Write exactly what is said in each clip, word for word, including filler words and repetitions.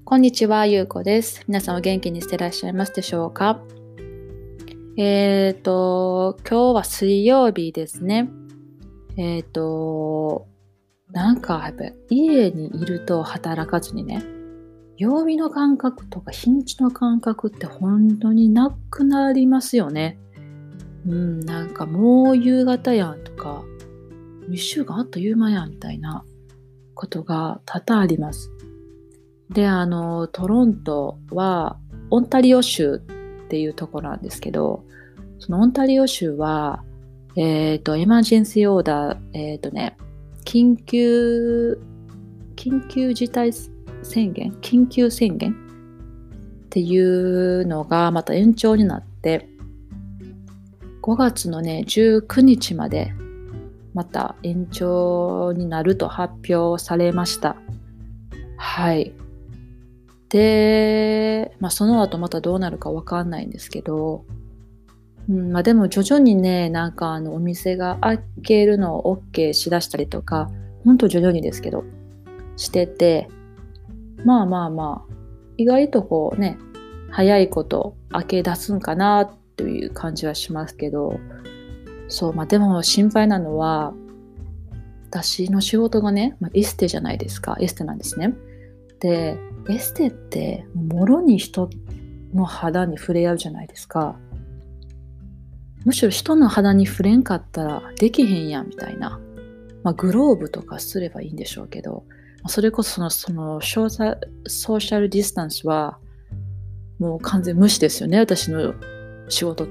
こんにちは、ゆうこです。皆さんお元気にしてらっしゃいますでしょうか？えっと、今日は水曜日ですね。えっと、なんかやっぱり家にいると働かずにね、曜日の感覚とか日にちの感覚って本当になくなりますよね。うん、なんかもう夕方やんとか、いっしゅうかんあっという間やんみたいなことが多々あります。で、あの、トロントはオンタリオ州っていうところなんですけど、そのオンタリオ州は、えっと、エマージェンシーオーダー、えっとね、緊急、緊急事態宣言、緊急宣言っていうのがまた延長になって、ごがつのね、じゅうくにちまでまた延長になると発表されました。はい。で、まあ、その後またどうなるかわかんないんですけど、うんまあ、でも徐々にね、なんかあのお店が開けるのを OK しだしたりとか、ほんと徐々にですけど、してて、まあまあまあ、意外とこうね、早いこと開け出すんかなという感じはしますけど、そう、まあでも心配なのは、私の仕事がね、まあ、エステじゃないですか。エステなんですね。で、エステってもろに人の肌に触れ合うじゃないですか。むしろ人の肌に触れんかったらできへんやんみたいな。まあ、グローブとかすればいいんでしょうけど、それこそその、そのソーシャソーシャルディスタンスはもう完全無視ですよね、私の仕事って。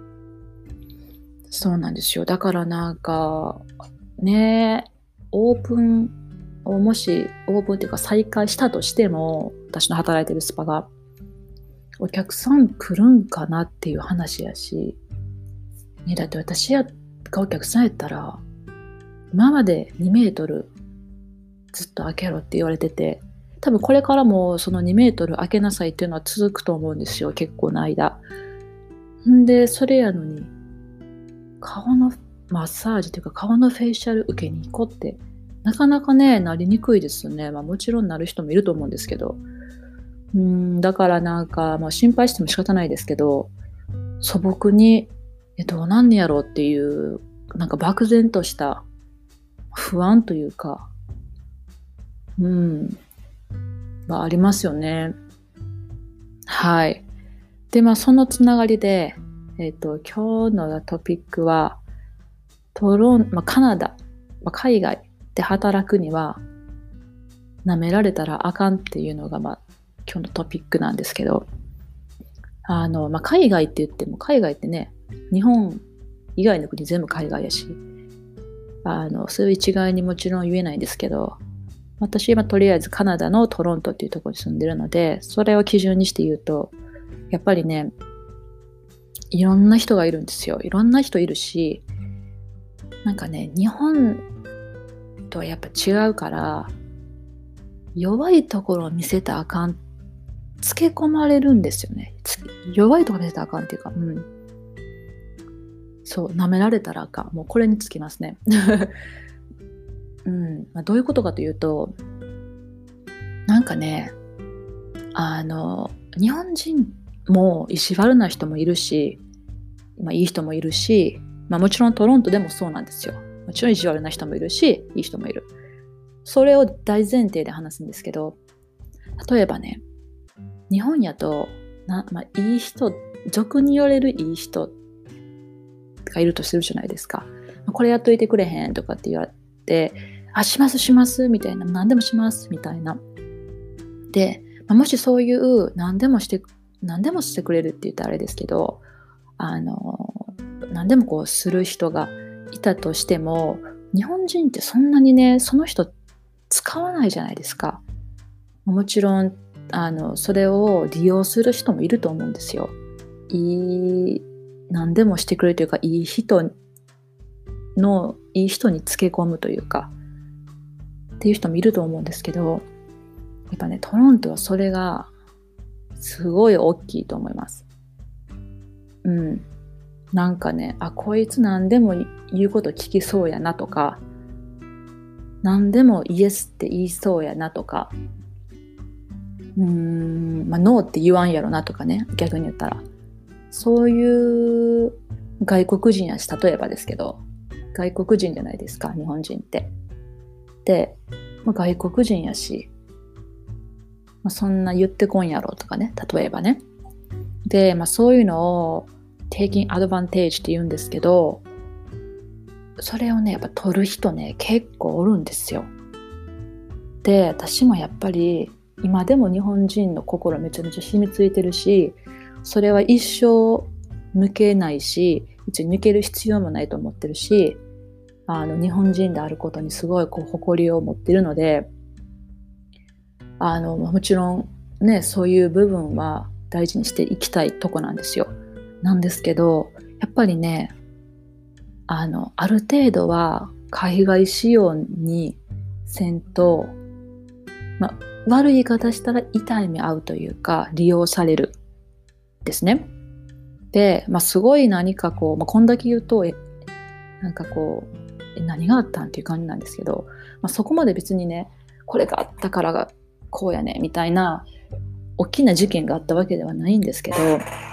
そうなんですよ。だからなんか、ね、オープンをもしオープンっていうか再開したとしても、私の働いてるスパがお客さん来るんかなっていう話やし、ね、だって私がお客さんやったら今までにメートルずっと開けろって言われてて、多分これからもそのにメートル開けなさいっていうのは続くと思うんですよ、結構な間。んでそれやのに顔のマッサージというか顔のフェイシャル受けに行こうってなかなかね、なりにくいですよね。まあもちろんなる人もいると思うんですけど。うーん、だからなんか、まあ心配しても仕方ないですけど、素朴に、え、どうなんねやろうっていう、なんか漠然とした不安というか、うん、はありますよね。はい。で、まあそのつながりで、えっと、今日のトピックは、トロン、まあ、カナダ、まあ、海外で働くには舐められたらあかんっていうのが、まあ、今日のトピックなんですけど、あの、まあ、海外って言っても海外ってね、日本以外の国全部海外やし、あのそういう一概にもちろん言えないんですけど、私はとりあえずカナダのトロントっていうところに住んでるので、それを基準にして言うと、やっぱりね、いろんな人がいるんですよ。いろんな人いるし、なんかね、日本とはやっぱ違うから、弱いところを見せたらあかん、つけ込まれるんですよね。弱いところ見せたらあかんっていうか、うん。そう、舐められたらあかん。もうこれにつきますね。うんまあ、どういうことかというと、なんかね、あの、日本人も意地悪な人もいるし、まあ、いい人もいるし、まあ、もちろんトロントでもそうなんですよ。もちろん意地悪な人もいるし、いい人もいる。それを大前提で話すんですけど、例えばね、日本やと、なまあ、いい人、俗に言われるいい人がいるとするじゃないですか。これやっといてくれへんとかって言われて、あ、しますしますみたいな、何でもしますみたいな。で、まあ、もしそういう何でもして何でもしてくれるって言ったらあれですけど、あの何でもこうする人がいたとしても、日本人ってそんなにね、その人使わないじゃないですか。もちろんあのそれを利用する人もいると思うんですよ。いい何でもしてくれるというか、いい人のいい人につけ込むというかっていう人もいると思うんですけど、やっぱね、トロントはそれがすごい大きいと思います。うん。なんかね、あ、こいつ何でも言うこと聞きそうやなとか、何でもイエスって言いそうやなとか、 うーん、まあ、ノーって言わんやろなとかね、逆に言ったら。そういう外国人やし、例えばですけど、外国人じゃないですか、日本人って。で、まあ、外国人やし、まあ、そんな言ってこんやろとかね、例えばね。で、まあ、そういうのを taking advantage って言うんですけど、それをね、やっぱ取る人ね、結構おるんですよ。で、私もやっぱり今でも日本人の心めちゃめちゃ染みついてるし、それは一生抜けないし、一応抜ける必要もないと思ってるし、あの日本人であることにすごいこう誇りを持ってるので、あのもちろんね、そういう部分は大事にしていきたいとこなんですよ。なんですけど、やっぱりね、あのある程度は海外仕様にせんと、まあ、悪い言い方したら痛い目合うというか、利用されるですね。で、まあ、すごい何かこう、まあ、こんだけ言うとえなんかこうえ何があったんっていう感じなんですけど、まあ、そこまで別にね、これがあったからがこうやねみたいな大きな事件があったわけではないんですけど、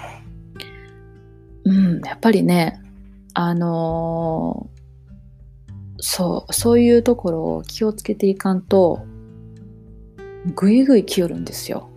うん、やっぱりね、あのーそうそういうところを気をつけていかんとぐいぐい来よるんですよ。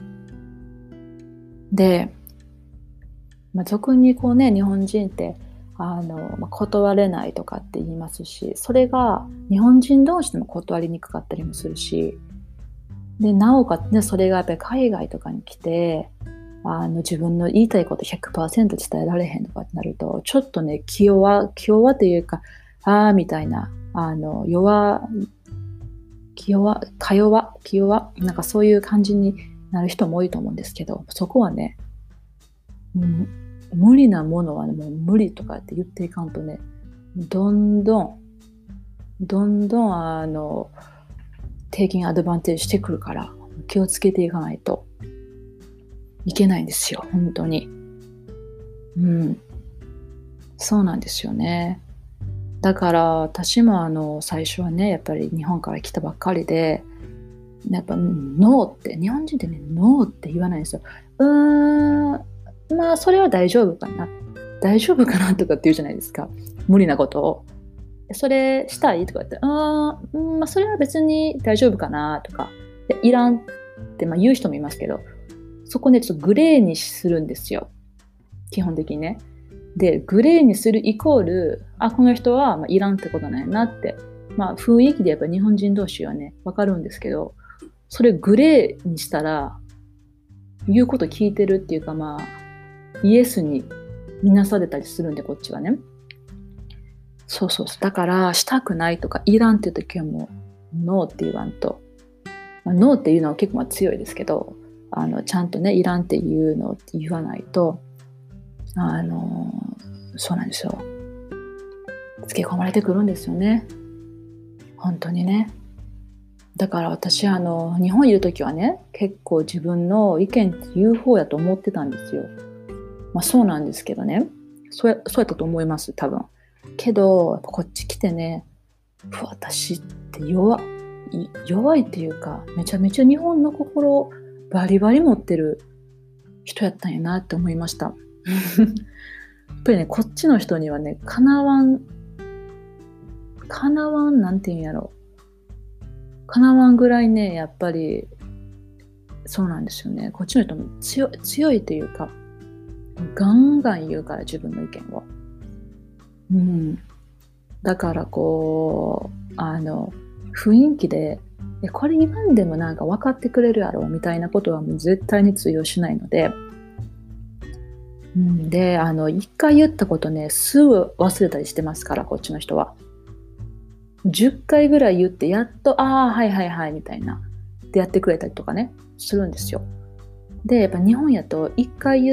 で、まあ、俗にこうね、日本人ってあの、まあ、断れないとかって言いますし、それが日本人同士でも断りにくかったりもするし、でなおかつね、それがやっぱり海外とかに来て、あの自分の言いたいこと ひゃくパーセント 伝えられへんとかってなると、ちょっとね、気弱気弱というか、ああみたいな、あの弱気弱か弱気弱なんかそういう感じになる人も多いと思うんですけど、そこはね、うん、無理なものは、ね、もう無理とかって言っていかんとね、どんどんどんどんあのテイキングアドバンテージしてくるから、気をつけていかないといけないんですよ、本当に。うん、そうなんですよね。だから私もあの最初はね、やっぱり日本から来たばっかりで、やっぱノーって日本人ってね、ノーって言わないんですよ。うーん、まあそれは大丈夫かな、大丈夫かなとかって言うじゃないですか、無理なことを。それしたいとか言って、あー、うん、まあそれは別に大丈夫かなとか、いいらんってまあ言う人もいますけど、そこねちょっとグレーにするんですよ、基本的にね。でグレーにするイコール、あ、この人はまあいらんってことなんやなって、まあ雰囲気でやっぱ日本人同士はね分かるんですけど、それグレーにしたら言うこと聞いてるっていうか、まあイエスに見なされたりするんで、こっちはね。そうそうそう。だからしたくないとかいらんっていう時はもうノーって言わんと、まあ、ノーっていうのは結構まあ強いですけど、あのちゃんとねいらんっていうのを言わないと、あのそうなんですよ、つけ込まれてくるんですよね、本当にね。だから私あの日本いる時はね、結構自分の意見って言う方やと思ってたんですよ。まあそうなんですけどね、そうや、そうやったと思います多分。けどやっぱこっち来てね、私って弱い弱いっていうか、めちゃめちゃ日本の心をバリバリ持ってる人やったんやなって思いました。やっぱりね、こっちの人にはね、かなわんかなわんなんていうんやろ、かなわんぐらいね、やっぱりそうなんですよね。こっちの人も強い強いというか、ガンガン言うから、自分の意見を。うん。だからこう、あの、雰囲気で、えこれ言わんでもなんか分かってくれるやろみたいなことはもう絶対に通用しないので、うん、で、あの、一回言ったことね、すぐ忘れたりしてますから、こっちの人は。じゅっかいぐらい言って、やっと、ああ、はいはいはいみたいな。でやってくれたりとかね、するんですよ。で、やっぱ日本やといっかい言って、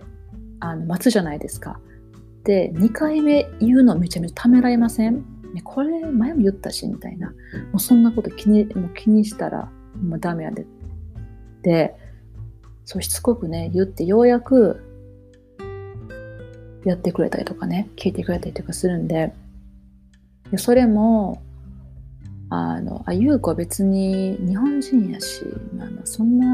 あの待つじゃないですか。でにかいめ言うのめちゃめちゃためられません？ね、これ前も言ったしみたいな。もうそんなこと気にもう気にしたらもうダメやで。で、そうしつこくね言ってようやくやってくれたりとかね、聞いてくれたりとかするんで、でそれもあのあゆうこ別に日本人やし、まあ、まあそんな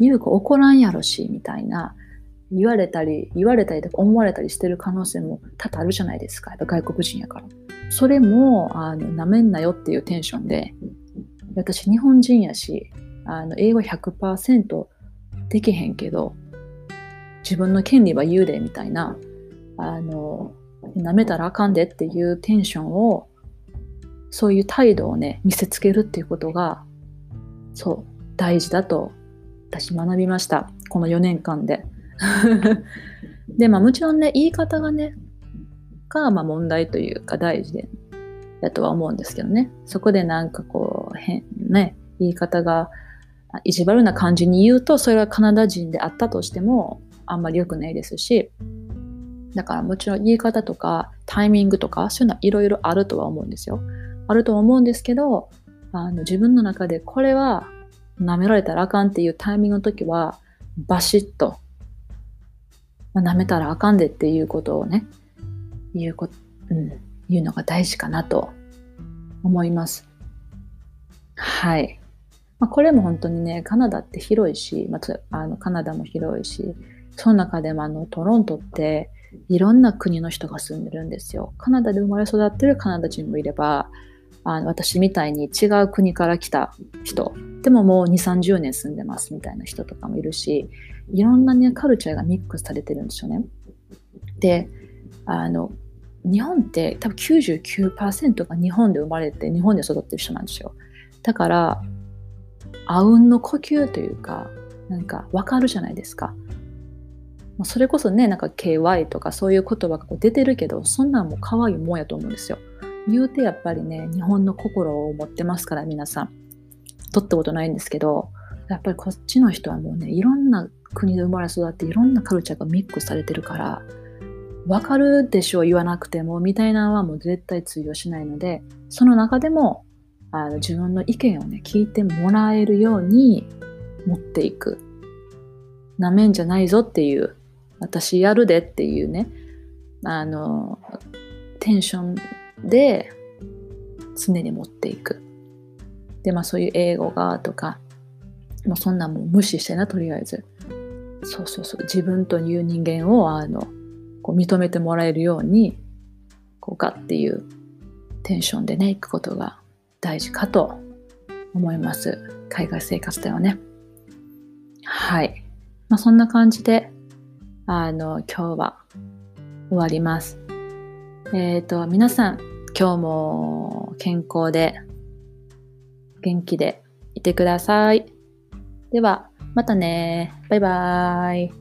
優子怒らんやろし、みたいな、言われたり、言われたりとか思われたりしてる可能性も多々あるじゃないですか。やっぱ外国人やから。それも、あの、なめんなよっていうテンションで、私日本人やし、あの、英語 ひゃくパーセント できへんけど、自分の権利は言うで、みたいな、あの、なめたらあかんでっていうテンションを、そういう態度をね、見せつけるっていうことが、そう、大事だと私学びました。このよねんかんで。で、まあもちろんね、言い方がね、が、まあ問題というか大事で、だとは思うんですけどね。そこでなんかこう、変、ね、言い方が意地悪な感じに言うと、それはカナダ人であったとしても、あんまり良くないですし、だからもちろん言い方とかタイミングとかそういうのはいろいろあるとは思うんですよ。あるとは思うんですけど、あの自分の中でこれは舐められたらあかんっていうタイミングの時はバシッと、まあ、舐めたらあかんでっていうことをね、言うこ、うん、言うのが大事かなと思います。はい。まあ、これも本当にね、カナダって広いし、まあ、あのカナダも広いし、その中でもあのトロントっていろんな国の人が住んでるんですよ。カナダで生まれ育ってるカナダ人もいれば、あの私みたいに違う国から来た人でももうにじゅう、さんじゅうねん住んでますみたいな人とかもいるし、いろんなねカルチャーがミックスされてるんですよね。で、あの日本って多分 きゅうじゅうきゅうパーセント が日本で生まれて日本で育ってる人なんですよ。だからあうんの呼吸というか、なんかわかるじゃないですか。それこそね、なんか ケーワイ とかそういう言葉が出てるけど、そんなんも可愛いもんやと思うんですよ。言うてやっぱりね、日本の心を持ってますから、皆さん。取ったことないんですけど、やっぱりこっちの人はもうね、いろんな国で生まれ育っていろんなカルチャーがミックスされてるから、わかるでしょ、言わなくてもみたいなのはもう絶対通用しないので、その中でもあの自分の意見をね、聞いてもらえるように持っていく。なめんじゃないぞっていう、私やるでっていうね、あのテンションで常に持っていく。で、まあそういう英語がとか、もうそんなもん無視してな、とりあえず。そうそうそう、自分という人間をあのこう認めてもらえるように、こうガッっていうテンションでね、いくことが大事かと思います。海外生活ではね。はい。まあそんな感じで、あの、今日は終わります。えっと、皆さん、今日も健康で、元気でいてください。では、またね。バイバーイ。